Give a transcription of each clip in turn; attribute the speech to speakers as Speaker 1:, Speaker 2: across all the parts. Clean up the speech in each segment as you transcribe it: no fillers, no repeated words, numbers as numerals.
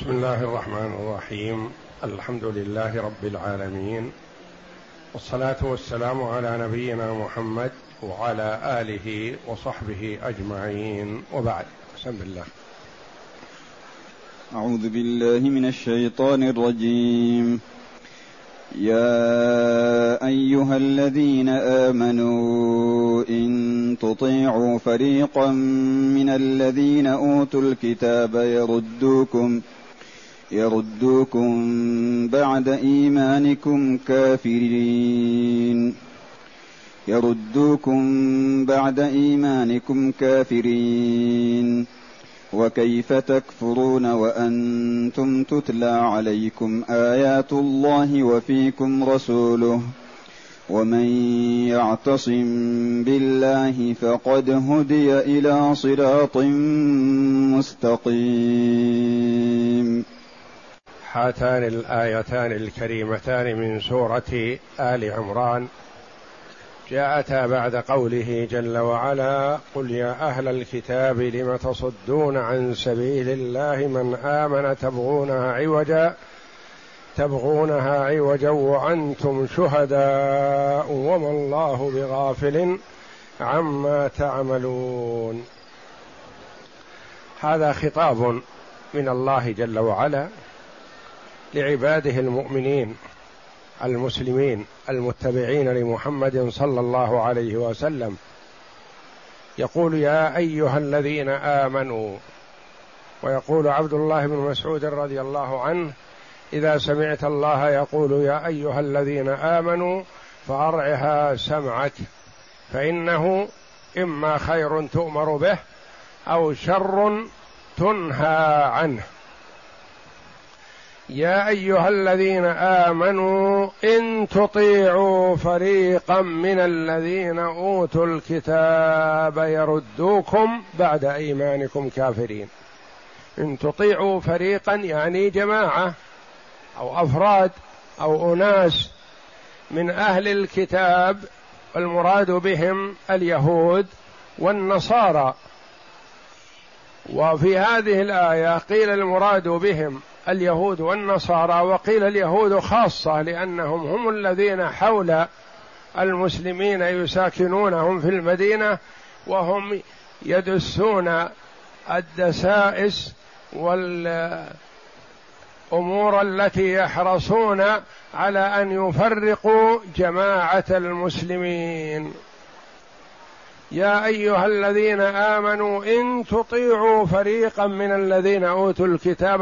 Speaker 1: بسم الله الرحمن الرحيم. الحمد لله رب العالمين، والصلاة والسلام على نبينا محمد وعلى آله وصحبه أجمعين، وبعد. بسم الله.
Speaker 2: أعوذ بالله من الشيطان الرجيم. يا أيها الذين آمنوا إن تطيعوا فريقا من الذين أوتوا الكتاب يردوكم بعد إيمانكم كافرين وكيف تكفرون وأنتم تتلى عليكم آيات الله وفيكم رسوله ومن يعتصم بالله فقد هدي إلى صراط مستقيم.
Speaker 1: هاتان الآيتان الكريمتان من سورة آل عمران جاءتا بعد قوله جل وعلا: قل يا أهل الكتاب لم تصدون عن سبيل الله من آمن تبغونها عوجا وأنتم شهداء وما الله بغافل عما تعملون. هذا خطاب من الله جل وعلا لعباده المؤمنين المسلمين المتبعين لمحمد صلى الله عليه وسلم، يقول: يا أيها الذين آمنوا. ويقول عبد الله بن مسعود رضي الله عنه: إذا سمعت الله يقول يا أيها الذين آمنوا فأرعها سمعك، فإنه إما خير تؤمر به أو شر تنهى عنه. يا أيها الذين آمنوا إن تطيعوا فريقا من الذين أوتوا الكتاب يردوكم بعد إيمانكم كافرين. إن تطيعوا فريقا يعني جماعة أو أفراد أو أناس من أهل الكتاب، والمراد بهم اليهود والنصارى. وفي هذه الآية قيل المراد بهم اليهود والنصارى، وقيل اليهود خاصة لأنهم هم الذين حول المسلمين يساكنونهم في المدينة، وهم يدسون الدسائس والأمور التي يحرصون على أن يفرقوا جماعة المسلمين. يا أيها الذين آمنوا إن تطيعوا فريقا من الذين أوتوا الكتاب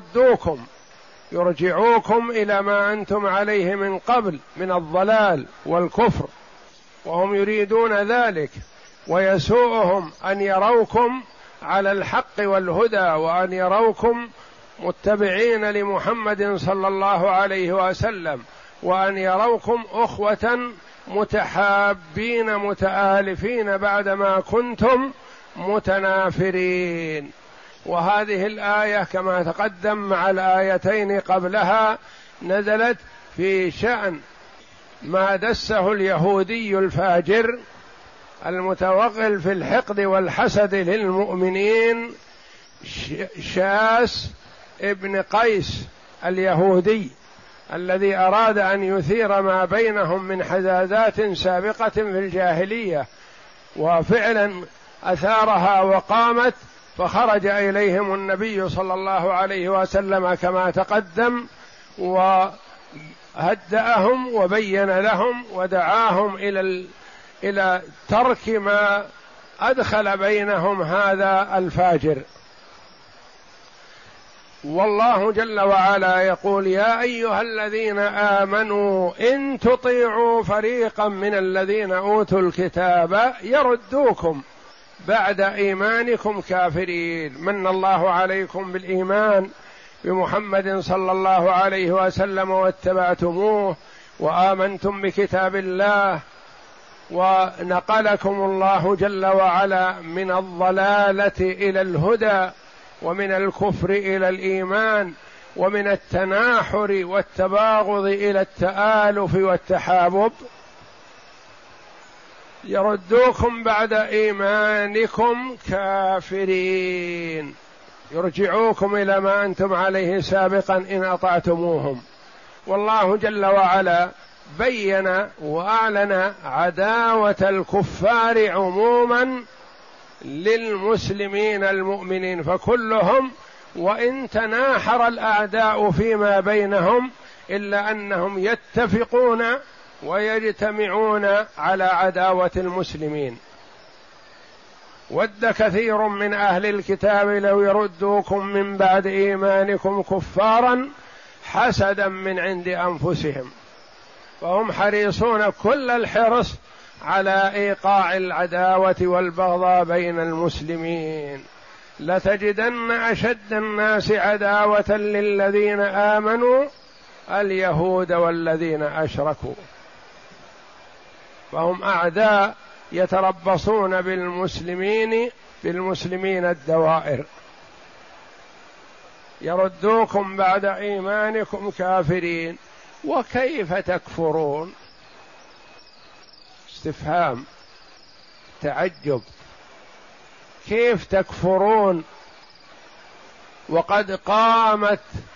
Speaker 1: يرجعوكم إلى ما أنتم عليه من قبل من الضلال والكفر، وهم يريدون ذلك، ويسوءهم أن يروكم على الحق والهدى، وأن يروكم متبعين لمحمد صلى الله عليه وسلم، وأن يروكم أخوة متحابين متآلفين بعدما كنتم متنافرين. وهذه الآية كما تقدم مع الآيتين قبلها نزلت في شأن ما دسه اليهودي الفاجر المتوغل في الحقد والحسد للمؤمنين شاس ابن قيس اليهودي، الذي أراد أن يثير ما بينهم من حزازات سابقة في الجاهلية، وفعلا أثارها وقامت، فخرج إليهم النبي صلى الله عليه وسلم كما تقدم وهدأهم وبين لهم ودعاهم إلى ترك ما أدخل بينهم هذا الفاجر. والله جل وعلا يقول: يا أيها الذين آمنوا إن تطيعوا فريقا من الذين أوتوا الكتاب يردوكم بعد إيمانكم كافرين. من الله عليكم بالإيمان بمحمد صلى الله عليه وسلم واتبعتموه وآمنتم بكتاب الله، ونقلكم الله جل وعلا من الضلالة إلى الهدى، ومن الكفر إلى الإيمان، ومن التناحر والتباغض إلى التآلف والتحابب. يردوكم بعد إيمانكم كافرين. يرجعوكم إلى ما أنتم عليه سابقا إن أطعتموهم. والله جل وعلا بين وأعلن عداوة الكفار عموما للمسلمين المؤمنين، فكلهم وإن تناحر الأعداء فيما بينهم إلا أنهم يتفقون ويجتمعون على عداوة المسلمين. ود كثير من أهل الكتاب لو يردوكم من بعد إيمانكم كفارا حسدا من عند أنفسهم، فهم حريصون كل الحرص على إيقاع العداوة والبغضاء بين المسلمين. لتجدن أشد الناس عداوة للذين آمنوا اليهود والذين أشركوا، فهم أعداء يتربصون بالمسلمين الدوائر. يردوكم بعد إيمانكم كافرين وكيف تكفرون؟ استفهام تعجب، كيف تكفرون وقد قامت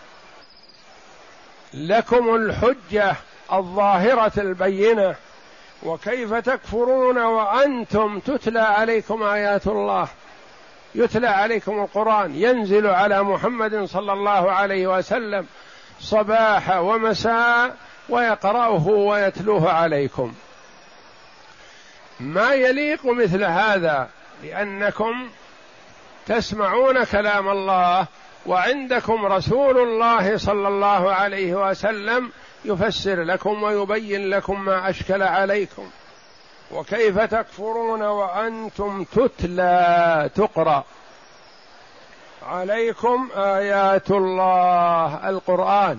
Speaker 1: لكم الحجة الظاهرة البينة؟ وكيف تكفرون وأنتم تتلى عليكم آيات الله، يتلى عليكم القرآن، ينزل على محمد صلى الله عليه وسلم صباح ومساء ويقرأه ويتلوه عليكم؟ ما يليق مثل هذا، لأنكم تسمعون كلام الله وعندكم رسول الله صلى الله عليه وسلم يفسر لكم ويبين لكم ما أشكل عليكم. وكيف تكفرون وأنتم تتلى تقرأ عليكم آيات الله، القرآن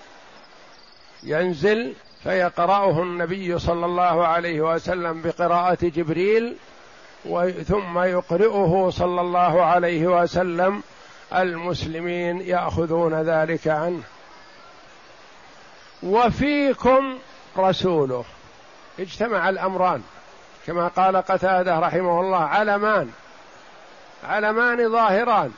Speaker 1: ينزل فيقرأه النبي صلى الله عليه وسلم بقراءة جبريل، ثم يقرئه صلى الله عليه وسلم، المسلمين يأخذون ذلك عنه. وفيكم رسوله، اجتمع الأمران كما قال قتادة رحمه الله، علمان ظاهران،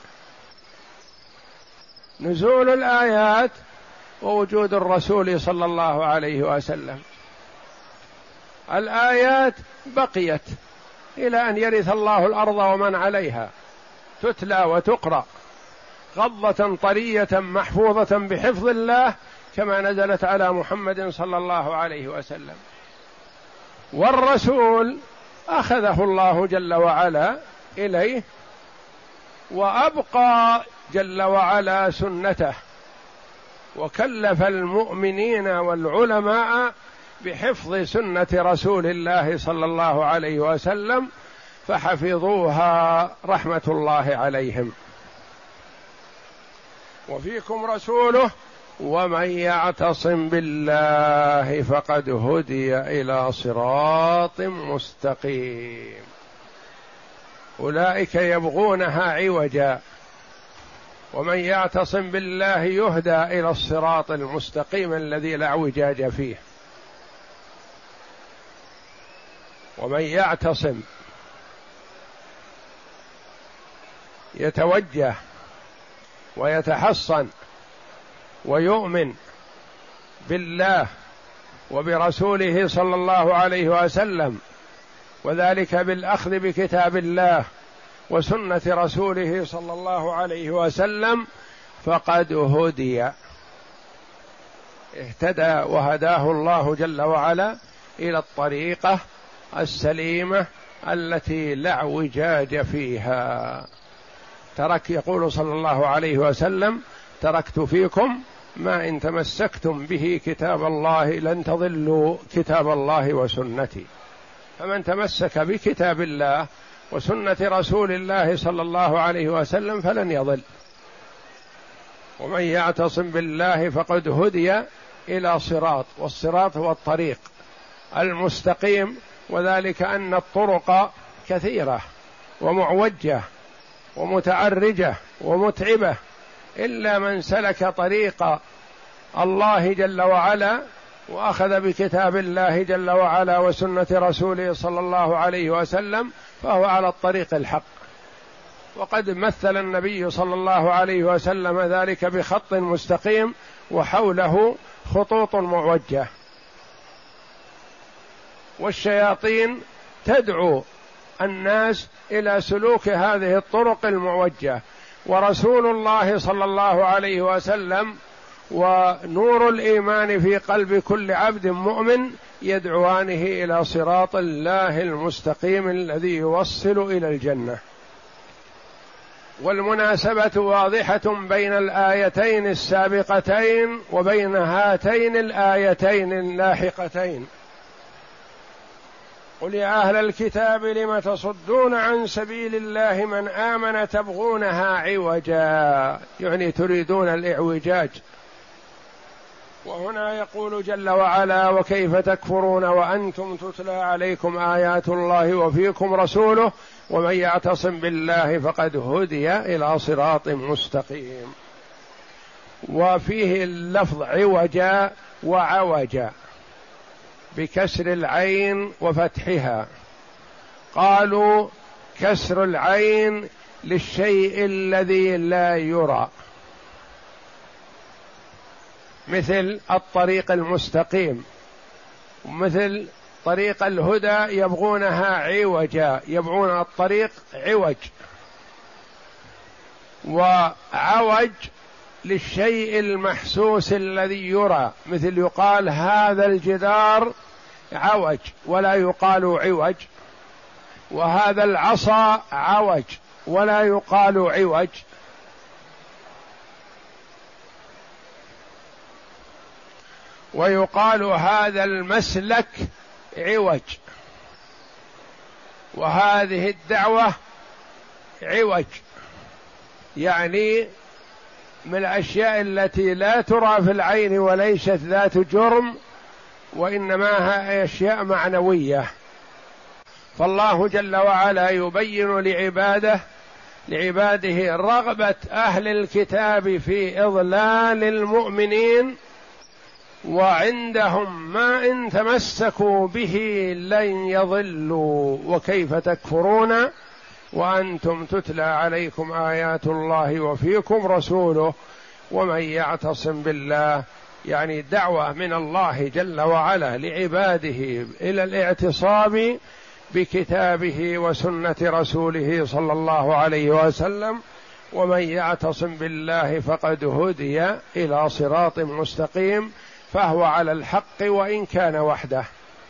Speaker 1: نزول الآيات ووجود الرسول صلى الله عليه وسلم. الآيات بقيت إلى أن يرث الله الأرض ومن عليها، تتلى وتقرأ غضة طرية محفوظة بحفظ الله كما نزلت على محمد صلى الله عليه وسلم. والرسول أخذه الله جل وعلا إليه وأبقى جل وعلا سنته، وكلف المؤمنين والعلماء بحفظ سنة رسول الله صلى الله عليه وسلم، فحفظوها رحمة الله عليهم. وفيكم رسوله ومن يعتصم بالله فقد هدي إلى صراط مستقيم. أولئك يبغونها عوجا، ومن يعتصم بالله يهدى إلى الصراط المستقيم الذي لا اعوجاج فيه. ومن يعتصم يتوجه ويتحصن ويؤمن بالله وبرسوله صلى الله عليه وسلم، وذلك بالأخذ بكتاب الله وسنة رسوله صلى الله عليه وسلم، فقد هدي، اهتدى وهداه الله جل وعلا إلى الطريقة السليمة التي لا اعوجاج فيها. يقول صلى الله عليه وسلم: تركت فيكم ما إن تمسكتم به كتاب الله لن تضلوا كتاب الله وسنتي. فمن تمسك بكتاب الله وسنة رسول الله صلى الله عليه وسلم فلن يضل. ومن يعتصم بالله فقد هدي إلى صراط، والصراط هو الطريق المستقيم، وذلك أن الطرق كثيرة ومعوجة ومتعرجة ومتعبة، إلا من سلك طريق الله جل وعلا وأخذ بكتاب الله جل وعلا وسنة رسوله صلى الله عليه وسلم، فهو على الطريق الحق. وقد مثل النبي صلى الله عليه وسلم ذلك بخط مستقيم وحوله خطوط معوجة. والشياطين تدعو الناس إلى سلوك هذه الطرق المعوجة، ورسول الله صلى الله عليه وسلم ونور الإيمان في قلب كل عبد مؤمن يدعوانه إلى صراط الله المستقيم الذي يوصل إلى الجنة. والمناسبة واضحة بين الآيتين السابقتين وبين هاتين الآيتين اللاحقتين. قل يا أهل الكتاب لم تصدون عن سبيل الله من آمن تبغونها عوجا، يعني تريدون الإعوجاج. وهنا يقول جل وعلا: وكيف تكفرون وأنتم تتلى عليكم آيات الله وفيكم رسوله ومن يعتصم بالله فقد هدي إلى صراط مستقيم. وفيه اللفظ عوجا وعوجا بكسر العين وفتحها. قالوا كسر العين للشيء الذي لا يرى، مثل الطريق المستقيم، مثل طريق الهدى يبغونها عوجا، يبغون الطريق عوج. وعوج للشيء المحسوس الذي يرى، مثل يقال هذا الجدار عوج ولا يقال عوج، وهذا العصا عوج ولا يقال عوج. ويقال هذا المسلك عوج، وهذه الدعوة عوج، يعني من الأشياء التي لا ترى في العين وليست ذات جرم، وإنما هي أشياء معنوية. فالله جل وعلا يبين لعباده رغبة أهل الكتاب في إضلال المؤمنين، وعندهم ما إن تمسكوا به لن يضلوا. وكيف تكفرون وأنتم تتلى عليكم آيات الله وفيكم رسوله ومن يعتصم بالله، يعني دعوة من الله جل وعلا لعباده إلى الاعتصام بكتابه وسنة رسوله صلى الله عليه وسلم. ومن يعتصم بالله فقد هدي إلى صراط مستقيم، فهو على الحق وإن كان وحده.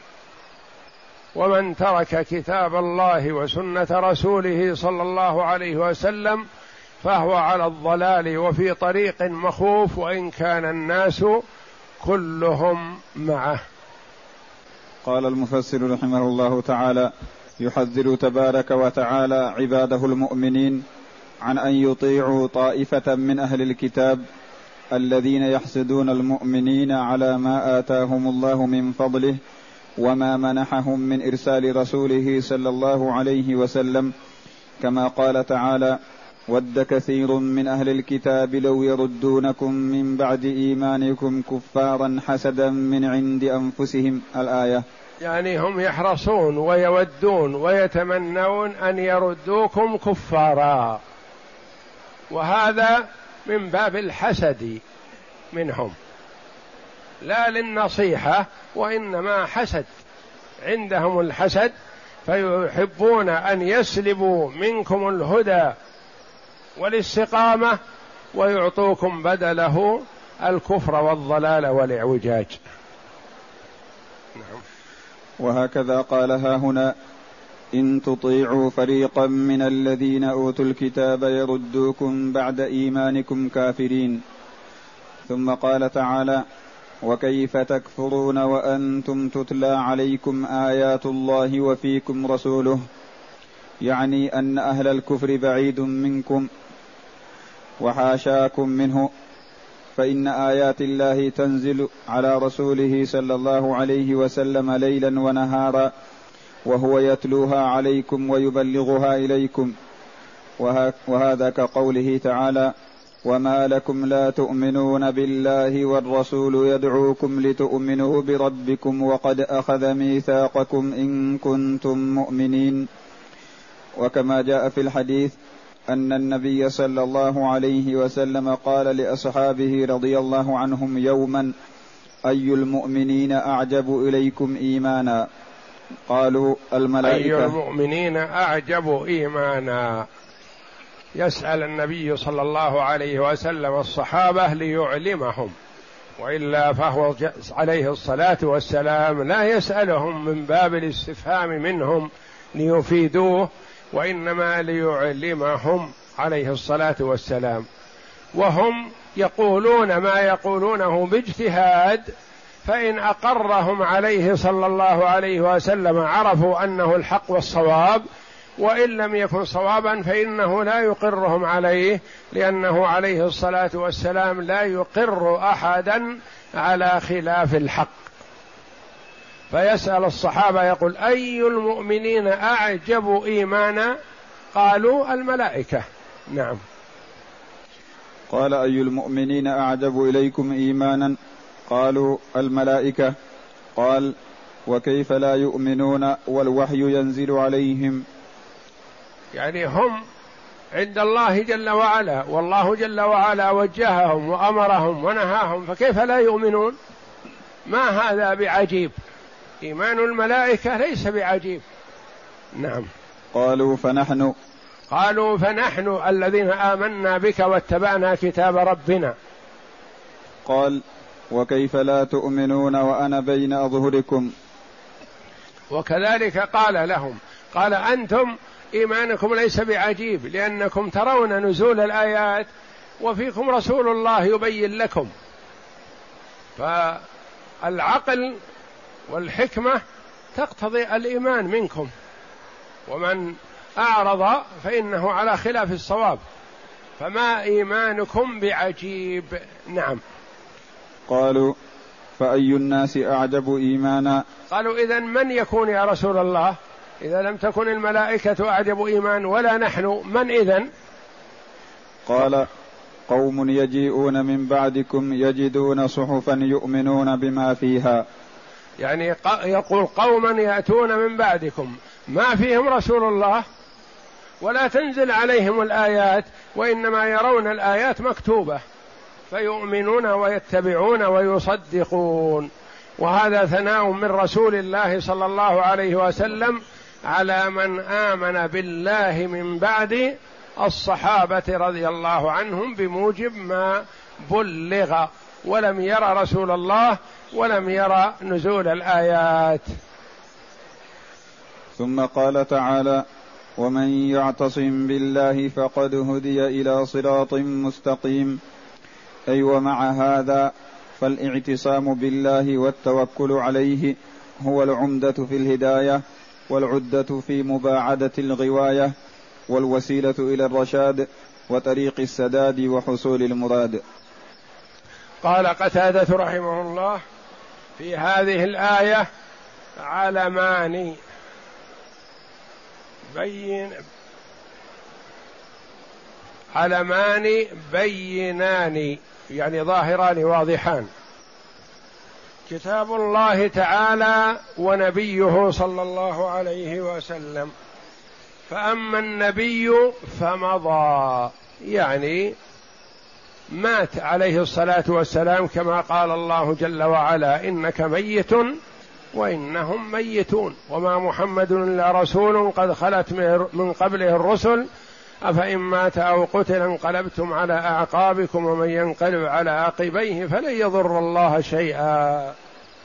Speaker 1: ومن ترك كتاب الله وسنة رسوله صلى الله عليه وسلم فهو على الضلال وفي طريق مخوف، وإن كان الناس كلهم معه.
Speaker 2: قال المفسر رحمه الله تعالى: يحذر تبارك وتعالى عباده المؤمنين عن أن يطيعوا طائفة من أهل الكتاب الذين يحسدون المؤمنين على ما آتاهم الله من فضله وما منحهم من إرسال رسوله صلى الله عليه وسلم، كما قال تعالى: ود كثير من أهل الكتاب لو يردونكم من بعد إيمانكم كفارا حسدا من عند أنفسهم. الآية.
Speaker 1: يعني هم يحرصون ويودون ويتمنون أن يردوكم كفارا، وهذا من باب الحسد منهم، لا للنصيحة، وإنما حسد، عندهم الحسد، فيحبون أن يسلبوا منكم الهدى والاستقامة ويعطوكم بدله الكفر والضلال والإعوجاج. نعم.
Speaker 2: وهكذا قال ها هنا: إن تطيعوا فريقا من الذين أوتوا الكتاب يردوكم بعد إيمانكم كافرين. ثم قال تعالى: وكيف تكفرون وأنتم تتلى عليكم آيات الله وفيكم رسوله، يعني أن أهل الكفر بعيد منكم وحاشاكم منه، فإن آيات الله تنزل على رسوله صلى الله عليه وسلم ليلا ونهارا، وهو يتلوها عليكم ويبلغها إليكم. وهذا كقوله تعالى: وما لكم لا تؤمنون بالله والرسول يدعوكم لتؤمنوا بربكم وقد أخذ ميثاقكم إن كنتم مؤمنين. وكما جاء في الحديث: أن النبي صلى الله عليه وسلم قال لأصحابه رضي الله عنهم يوما: أي المؤمنين أعجب إليكم إيمانا؟ قالوا: الملائكة.
Speaker 1: أي المؤمنين أعجب إيمانا، يسأل النبي صلى الله عليه وسلم الصحابة ليعلمهم، وإلا فهو عليه الصلاة والسلام لا يسألهم من باب الاستفهام منهم ليفيدوه، وإنما ليعلمهم عليه الصلاة والسلام، وهم يقولون ما يقولونه باجتهاد، فإن أقرهم عليه صلى الله عليه وسلم عرفوا أنه الحق والصواب، وإن لم يكن صوابا فإنه لا يقرهم عليه، لأنه عليه الصلاة والسلام لا يقر أحدا على خلاف الحق. فيسأل الصحابة يقول: أي المؤمنين أعجب إيمانا؟ قالوا: الملائكة. نعم.
Speaker 2: قال: أي المؤمنين أعجب إليكم إيمانا؟ قالوا: الملائكة. قال: وكيف لا يؤمنون والوحي ينزل عليهم؟
Speaker 1: يعني هم عند الله جل وعلا، والله جل وعلا وجههم وأمرهم ونهاهم، فكيف لا يؤمنون؟ ما هذا بعجيب، إيمان الملائكة ليس بعجيب. نعم.
Speaker 2: قالوا:
Speaker 1: فنحن الذين آمنا بك واتبعنا كتاب ربنا.
Speaker 2: قال: وكيف لا تؤمنون وأنا بين أظهركم؟
Speaker 1: وكذلك قال لهم، قال: أنتم إيمانكم ليس بعجيب، لأنكم ترون نزول الآيات وفيكم رسول الله يبين لكم، فالعقل والحكمة تقتضي الإيمان منكم، ومن أعرض فإنه على خلاف الصواب، فما إيمانكم بعجيب. نعم.
Speaker 2: قالوا: فأي الناس أعجب إيمانا؟
Speaker 1: قالوا: إذن من يكون يا رسول الله؟ إذا لم تكن الملائكة أعجب إيمان ولا نحن، من إذن؟
Speaker 2: قال: قوم يجيئون من بعدكم يجدون صحفا يؤمنون بما فيها.
Speaker 1: يعني يقول قوما يأتون من بعدكم ما فيهم رسول الله ولا تنزل عليهم الآيات، وإنما يرون الآيات مكتوبة فيؤمنون ويتبعون ويصدقون. وهذا ثناء من رسول الله صلى الله عليه وسلم على من آمن بالله من بعد الصحابة رضي الله عنهم بموجب ما بلغ، ولم يرى رسول الله ولم يرى نزول الآيات.
Speaker 2: ثم قال تعالى: ومن يعتصم بالله فقد هدي إلى صراط مستقيم. أي ومع هذا فالاعتصام بالله والتوكل عليه هو العمدة في الهداية، والعدة في مباعدة الغواية، والوسيلة إلى الرشاد وطريق السداد وحصول المراد.
Speaker 1: قال قتادة رحمه الله: في هذه الآية علمان بينان، يعني ظاهران واضحان: كتاب الله تعالى ونبيه صلى الله عليه وسلم. فأما النبي فمضى، يعني مات عليه الصلاة والسلام، كما قال الله جل وعلا: إنك ميت وإنهم ميتون، وما محمد إلا رسول قد خلت من قبله الرسل، أفإن مات أو قتل انقلبتم على أعقابكم، ومن ينقلب على عقبيه فلن يضر الله شيئا.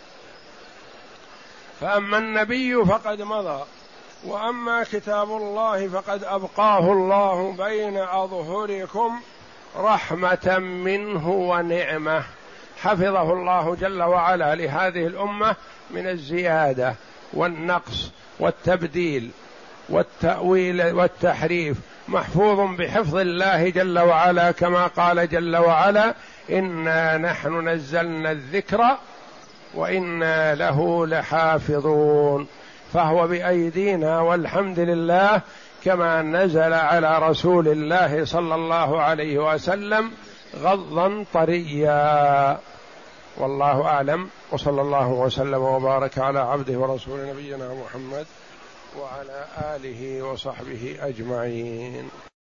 Speaker 1: فأما النبي فقد مضى، وأما كتاب الله فقد أبقاه الله بين أظهركم رحمة منه ونعمة، حفظه الله جل وعلا لهذه الأمة من الزيادة والنقص والتبديل والتأويل والتحريف، محفوظ بحفظ الله جل وعلا، كما قال جل وعلا: إنا نحن نزلنا الذكر وإنا له لحافظون. فهو بأيدينا والحمد لله، كما نزل على رسول الله صلى الله عليه وسلم غضا طريا. والله أعلم، وصلى الله وسلم وبارك على عبده ورسول نبينا محمد وعلى آله وصحبه أجمعين.